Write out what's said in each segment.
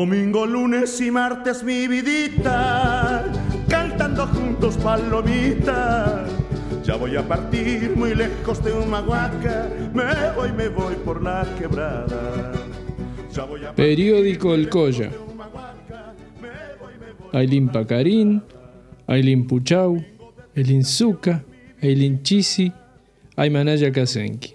Domingo, lunes y martes mi vidita, cantando juntos palomita. Ya voy a partir muy lejos de Humahuaca, me voy por la quebrada. Periódico El Colla. Aylin Pacarín, Aylin Puchau, Aylin Zuca, Aylin Chisi, Aymanaya Kasenki.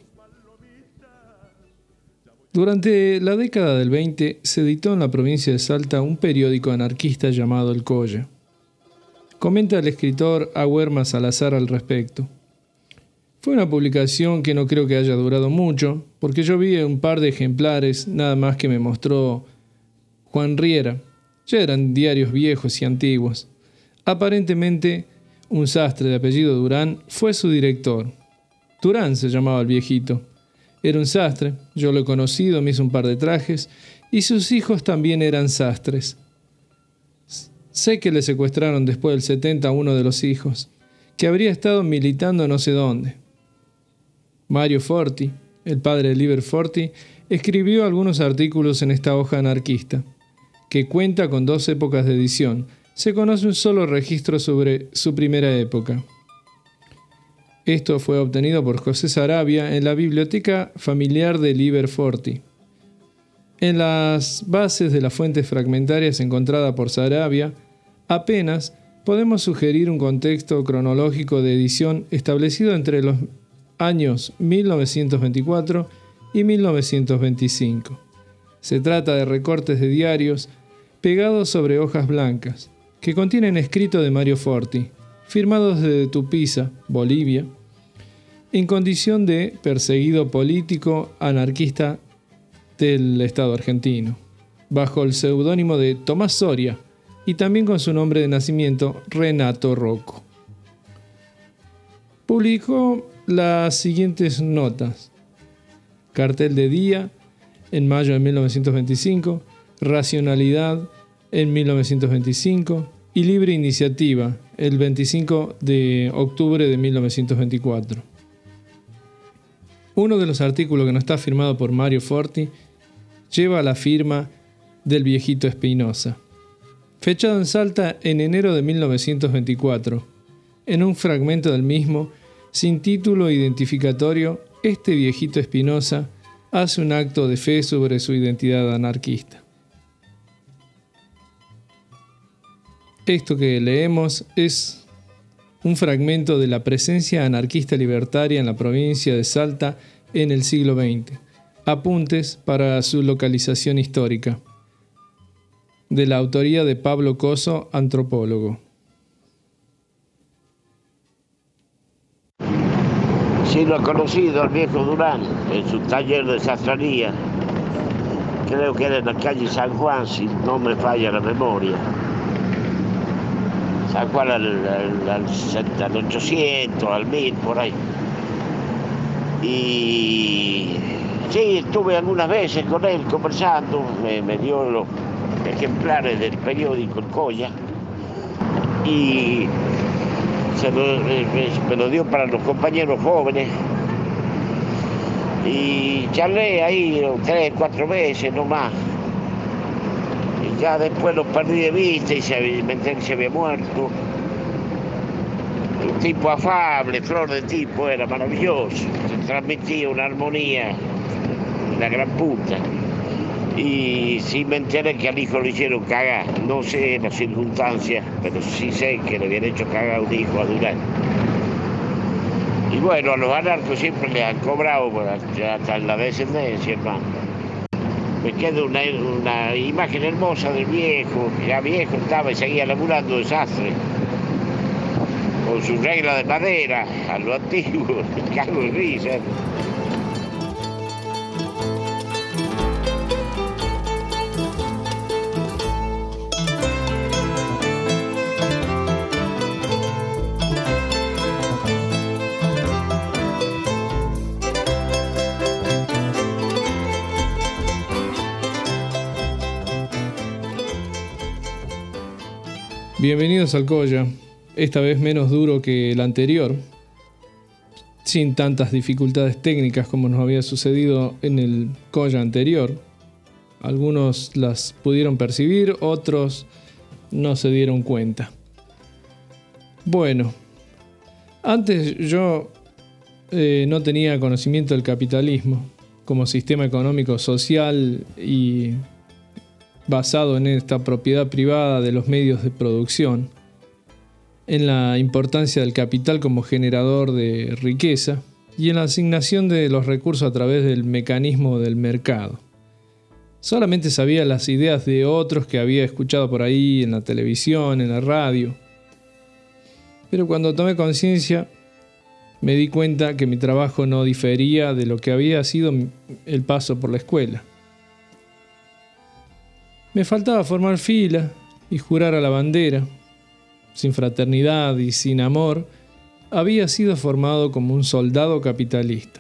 Durante la década del 20 se editó en la provincia de Salta un periódico anarquista llamado El Colla. Comenta el escritor Agüerma Salazar al respecto. Fue una publicación que no creo que haya durado mucho, porque yo vi un par de ejemplares nada más que me mostró Juan Riera. Ya eran diarios viejos y antiguos. Aparentemente, un sastre de apellido Durán fue su director. Durán se llamaba el viejito. Era un sastre, yo lo he conocido, me hizo un par de trajes, y sus hijos también eran sastres. Sé que le secuestraron después del 70 a uno de los hijos, que habría estado militando no sé dónde. Mario Forti, el padre de Liber Forti, escribió algunos artículos en esta hoja anarquista, que cuenta con 2 épocas de edición. Se conoce un solo registro sobre su primera época. Esto fue obtenido por José Sarabia en la biblioteca familiar de Liber Forti. En las bases de las fuentes fragmentarias encontradas por Sarabia, apenas podemos sugerir un contexto cronológico de edición establecido entre los años 1924 y 1925. Se trata de recortes de diarios pegados sobre hojas blancas, que contienen escrito de Mario Forti, firmados desde Tupiza, Bolivia, en condición de perseguido político anarquista del Estado argentino, bajo el seudónimo de Tomás Soria y también con su nombre de nacimiento, Renato Rocco. Publicó las siguientes notas: Cartel de Día, en mayo de 1925, Racionalidad, en 1925, y Libre Iniciativa, el 25 de octubre de 1924. Uno de los artículos que no está firmado por Mario Forti lleva la firma del viejito Espinosa. Fechado en Salta en enero de 1924, en un fragmento del mismo, sin título identificatorio, este viejito Espinosa hace un acto de fe sobre su identidad anarquista. Esto que leemos es un fragmento de la presencia anarquista libertaria en la provincia de Salta en el siglo XX. Apuntes para su localización histórica. De la autoría de Pablo Coso, antropólogo. Sí, lo he conocido al viejo Durán en su taller de sastrería. Creo que era en la calle San Juan, si no me falla la memoria. San Juan al 800, al 1000, por ahí. Y sí, estuve algunas veces con él conversando, me dio los ejemplares del periódico El Colla y me lo dio para los compañeros jóvenes. Y charlé ahí 3, 4 veces nomás. Y ya después lo perdí de vista y me enteré que se había muerto. Un tipo afable, flor de tipo, era maravilloso. Se transmitía una armonía, una gran puta. Y sí me enteré que al hijo lo hicieron cagar. No sé las circunstancias, pero sí sé que le habían hecho cagar a un hijo a Durán. Y bueno, a los anarcos siempre les han cobrado hasta en la descendencia, hermano. Me queda una imagen hermosa del viejo, que ya viejo estaba y seguía laburando de sastre, con su regla de madera, a lo antiguo, me cago en risa. Bienvenidos al Colla, esta vez menos duro que el anterior, sin tantas dificultades técnicas como nos había sucedido en el Colla anterior, Algunos las pudieron percibir, otros no se dieron cuenta. Bueno, antes yo no tenía conocimiento del capitalismo como sistema económico social y basado en esta propiedad privada de los medios de producción, en la importancia del capital como generador de riqueza y en la asignación de los recursos a través del mecanismo del mercado. Solamente sabía las ideas de otros que había escuchado por ahí en la televisión, en la radio. Pero cuando tomé conciencia, me di cuenta que mi trabajo no difería de lo que había sido el paso por la escuela. Me faltaba formar fila y jurar a la bandera. Sin fraternidad y sin amor, había sido formado como un soldado capitalista.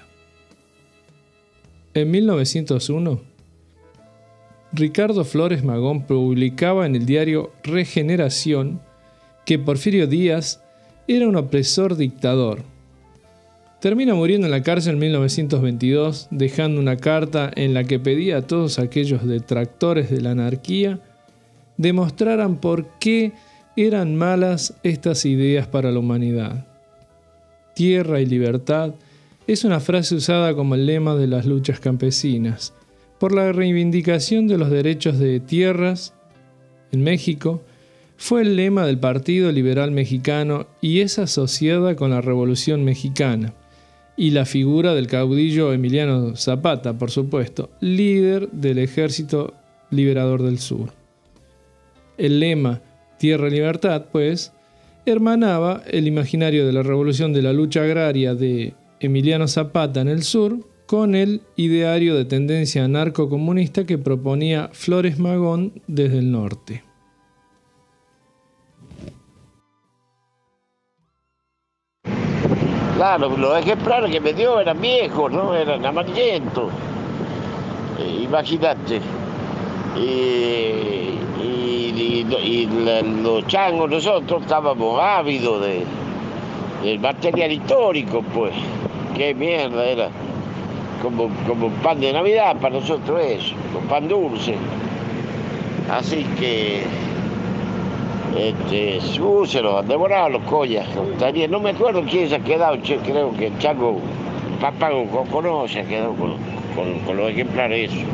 En 1901, Ricardo Flores Magón publicaba en el diario Regeneración que Porfirio Díaz era un opresor dictador. Termina muriendo en la cárcel en 1922, dejando una carta en la que pedía a todos aquellos detractores de la anarquía demostraran por qué eran malas estas ideas para la humanidad. Tierra y libertad es una frase usada como el lema de las luchas campesinas, por la reivindicación de los derechos de tierras. En México, fue el lema del Partido Liberal Mexicano y es asociada con la Revolución Mexicana y la figura del caudillo Emiliano Zapata, por supuesto, líder del Ejército Liberador del Sur. El lema Tierra y Libertad, pues, hermanaba el imaginario de la revolución de la lucha agraria de Emiliano Zapata en el sur con el ideario de tendencia anarcocomunista que proponía Flores Magón desde el norte. Claro, los ejemplares que me dio eran viejos, ¿no? Eran amarillentos. Imagínate. Los changos nosotros estábamos ávidos del material histórico, pues. Qué mierda era. Como pan de Navidad para nosotros eso, con pan dulce. Así que se los han devorado los collas. No me acuerdo quién se ha quedado, creo que el chango Papago Coconó se ha quedado con los ejemplares esos.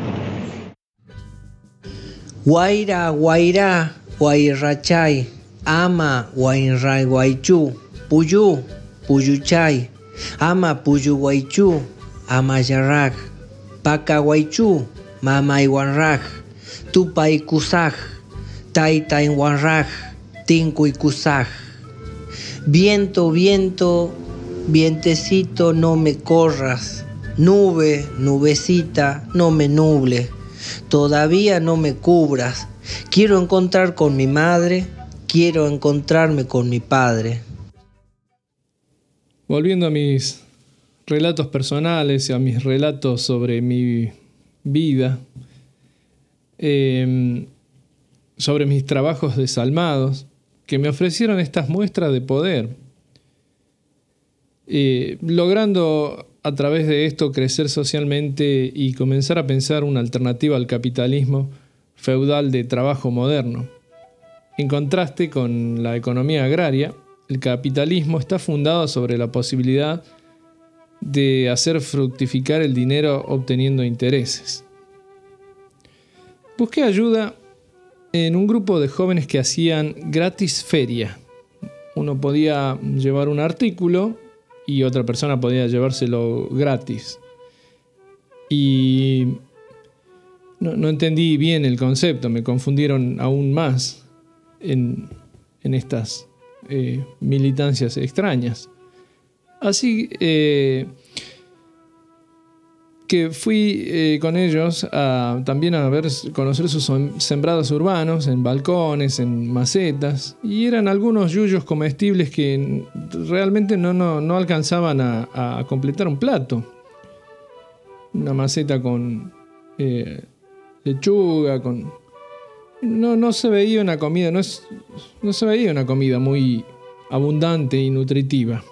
Guaira, guaira, guairachay, ama, guainray, guaychu, puyu, puyuchay, ama, puyu, guaychu, ama, yarraj, paca, guaychu, mama, iguanraj, tupa, icusaj, taita, iguanraj, tincu, icusaj. Viento, viento, vientecito, no me corras, nube, nubecita, no me nuble. Todavía no me cubras. Quiero encontrar con mi madre, quiero encontrarme con mi padre. Volviendo a mis relatos personales, a mis relatos sobre mi vida, sobre mis trabajos desalmados, que me ofrecieron estas muestras de poder, logrando a través de esto crecer socialmente y comenzar a pensar una alternativa al capitalismo feudal de trabajo moderno. En contraste con la economía agraria, el capitalismo está fundado sobre la posibilidad de hacer fructificar el dinero obteniendo intereses. Busqué ayuda en un grupo de jóvenes que hacían gratis feria. Uno podía llevar un artículo y otra persona podía llevárselo gratis. Y no entendí bien el concepto, me confundieron aún más en estas militancias extrañas. Así que fui con ellos también a conocer sus sembrados urbanos, en balcones, en macetas, y eran algunos yuyos comestibles que realmente no alcanzaban a completar un plato. Una maceta con lechuga, no se veía una comida, no se veía una comida muy abundante y nutritiva.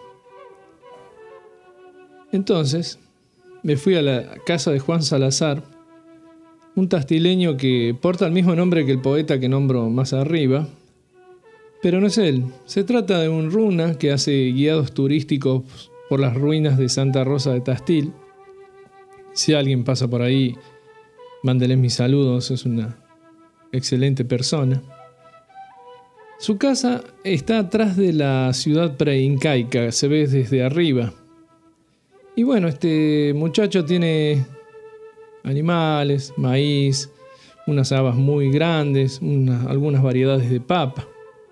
Entonces me fui a la casa de Juan Salazar, un tastileño que porta el mismo nombre que el poeta que nombro más arriba, pero no es él. Se trata de un runa que hace guiados turísticos por las ruinas de Santa Rosa de Tastil. Si alguien pasa por ahí, mándele mis saludos, es una excelente persona. Su casa está atrás de la ciudad preincaica, se ve desde arriba. Y bueno, este muchacho tiene animales, maíz, unas habas muy grandes, algunas variedades de papa.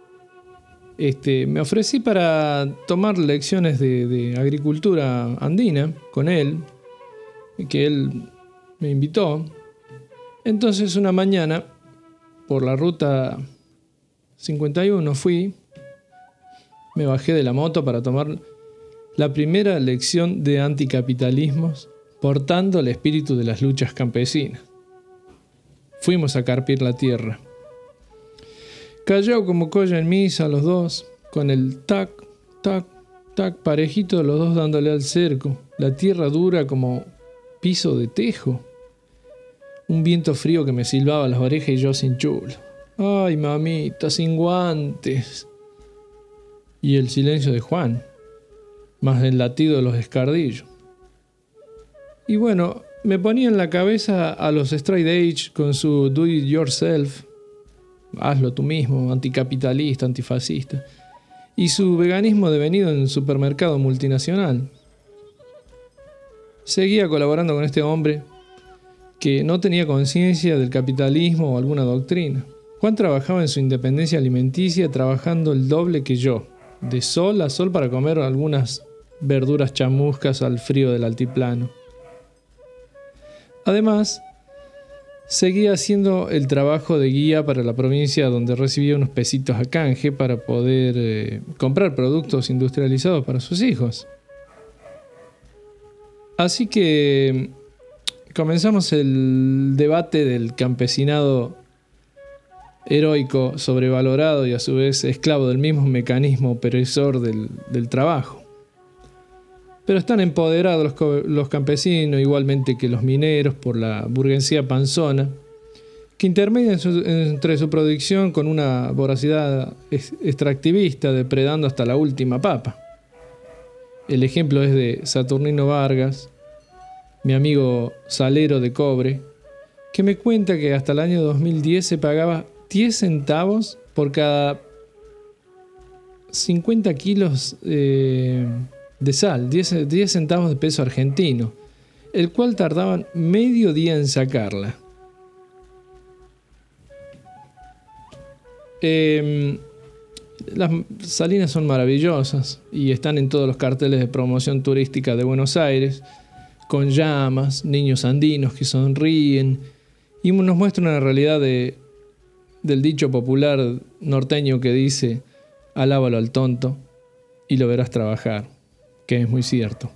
Me ofrecí para tomar lecciones de agricultura andina con él, que él me invitó. Entonces una mañana, por la ruta 51 me bajé de la moto para tomar la primera lección de anticapitalismos, portando el espíritu de las luchas campesinas. Fuimos a carpir la tierra. Callao como colla en misa los dos, con el tac, tac, tac, parejito los dos dándole al cerco, la tierra dura como piso de tejo. Un viento frío que me silbaba las orejas y yo sin chulo. Ay, mamita, sin guantes. Y el silencio de Juan, más el latido de los escardillos. Y bueno, me ponía en la cabeza a los Straight Edge con su do it yourself, hazlo tú mismo, anticapitalista, antifascista, y su veganismo devenido en supermercado multinacional. Seguía colaborando con este hombre que no tenía conciencia del capitalismo o alguna doctrina. Juan trabajaba en su independencia alimenticia trabajando el doble que yo, de sol a sol para comer algunas verduras chamuscas al frío del altiplano. Además, seguía haciendo el trabajo de guía para la provincia donde recibía unos pesitos a canje para poder comprar productos industrializados para sus hijos. Así que comenzamos el debate del campesinado heroico, sobrevalorado y a su vez esclavo del mismo mecanismo opresor del trabajo. Pero están empoderados los campesinos, igualmente que los mineros, por la burguesía panzona, que intermedia entre su producción con una voracidad extractivista, depredando hasta la última papa. El ejemplo es de Saturnino Vargas, mi amigo salero de cobre, que me cuenta que hasta el año 2010 se pagaba 10 centavos por cada 50 kilos de sal, 10 centavos de peso argentino, el cual tardaban medio día en sacarla. Las salinas son maravillosas y están en todos los carteles de promoción turística de Buenos Aires, con llamas, niños andinos que sonríen y nos muestran la realidad del dicho popular norteño que dice: alábalo al tonto y lo verás trabajar, que es muy cierto.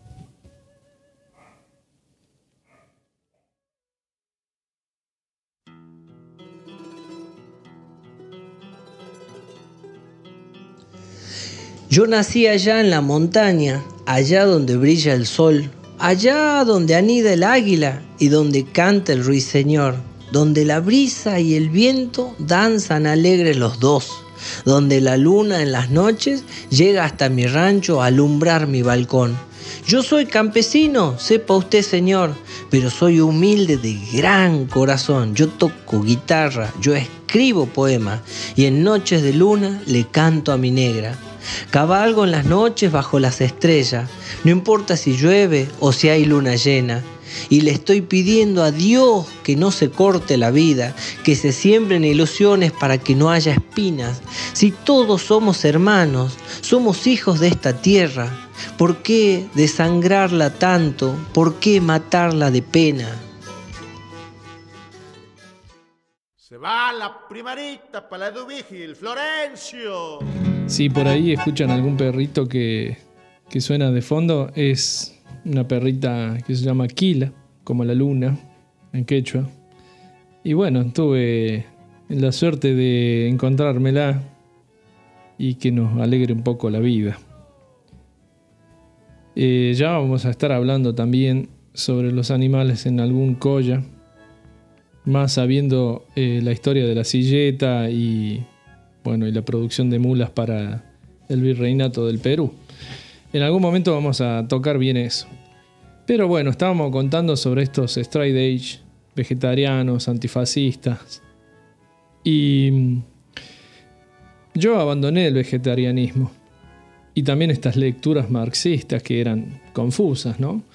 Yo nací allá en la montaña, allá donde brilla el sol, allá donde anida el águila y donde canta el ruiseñor, donde la brisa y el viento danzan alegres los dos, donde la luna en las noches llega hasta mi rancho a alumbrar mi balcón. Yo soy campesino, sepa usted, señor, pero soy humilde de gran corazón. Yo toco guitarra, yo escribo poemas y en noches de luna le canto a mi negra. Cabalgo en las noches bajo las estrellas, no importa si llueve o si hay luna llena. Y le estoy pidiendo a Dios que no se corte la vida, que se siembren ilusiones para que no haya espinas. Si todos somos hermanos, somos hijos de esta tierra, ¿por qué desangrarla tanto? ¿Por qué matarla de pena? Se va la primarita para la Duvigil, Florencio. Si por ahí escuchan algún perrito que suena de fondo, es una perrita que se llama Quila, como la luna en quechua. Y bueno, tuve la suerte de encontrármela y que nos alegre un poco la vida. Ya vamos a estar hablando también sobre los animales en algún colla, más sabiendo la historia de la silleta y la producción de mulas para el virreinato del Perú. En algún momento vamos a tocar bien eso. Pero bueno, estábamos contando sobre estos straight edge, vegetarianos, antifascistas. Y yo abandoné el vegetarianismo. Y también estas lecturas marxistas que eran confusas, ¿no?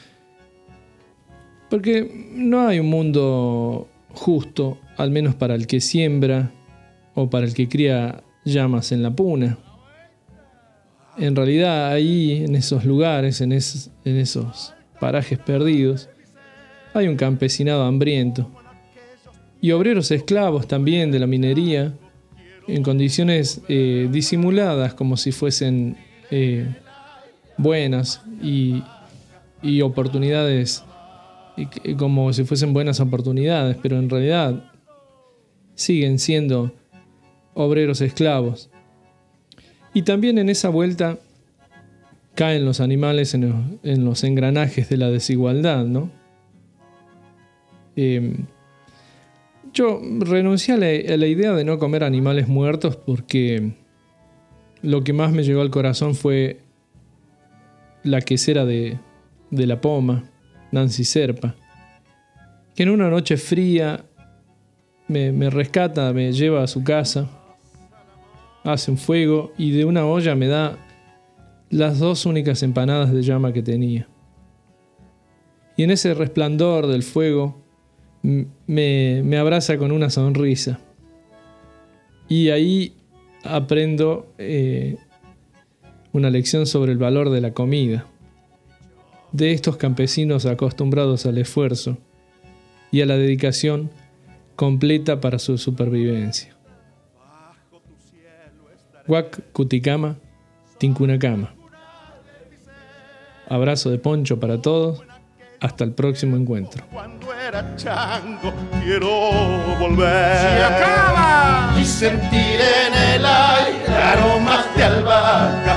Porque no hay un mundo justo, al menos para el que siembra o para el que cría llamas en la puna. En realidad ahí, en esos lugares, en esos parajes perdidos, hay un campesinado hambriento. Y obreros esclavos también de la minería, en condiciones disimuladas, como si fuesen buenas y oportunidades, como si fuesen buenas oportunidades, pero en realidad siguen siendo obreros esclavos. Y también en esa vuelta caen los animales en los engranajes de la desigualdad, ¿no? Yo renuncié a la idea de no comer animales muertos porque lo que más me llegó al corazón fue la quesera de La Poma, Nancy Serpa, que en una noche fría me rescata, me lleva a su casa, hace un fuego y de una olla me da las 2 únicas empanadas de llama que tenía. Y en ese resplandor del fuego me abraza con una sonrisa. Y ahí aprendo una lección sobre el valor de la comida, de estos campesinos acostumbrados al esfuerzo y a la dedicación completa para su supervivencia. Huac Cuticama, Tincunacama. Abrazo de poncho para todos. Hasta el próximo encuentro. Cuando era chango, quiero volver. ¡Se acaba! Y sentir en el aire aromas de albahaca.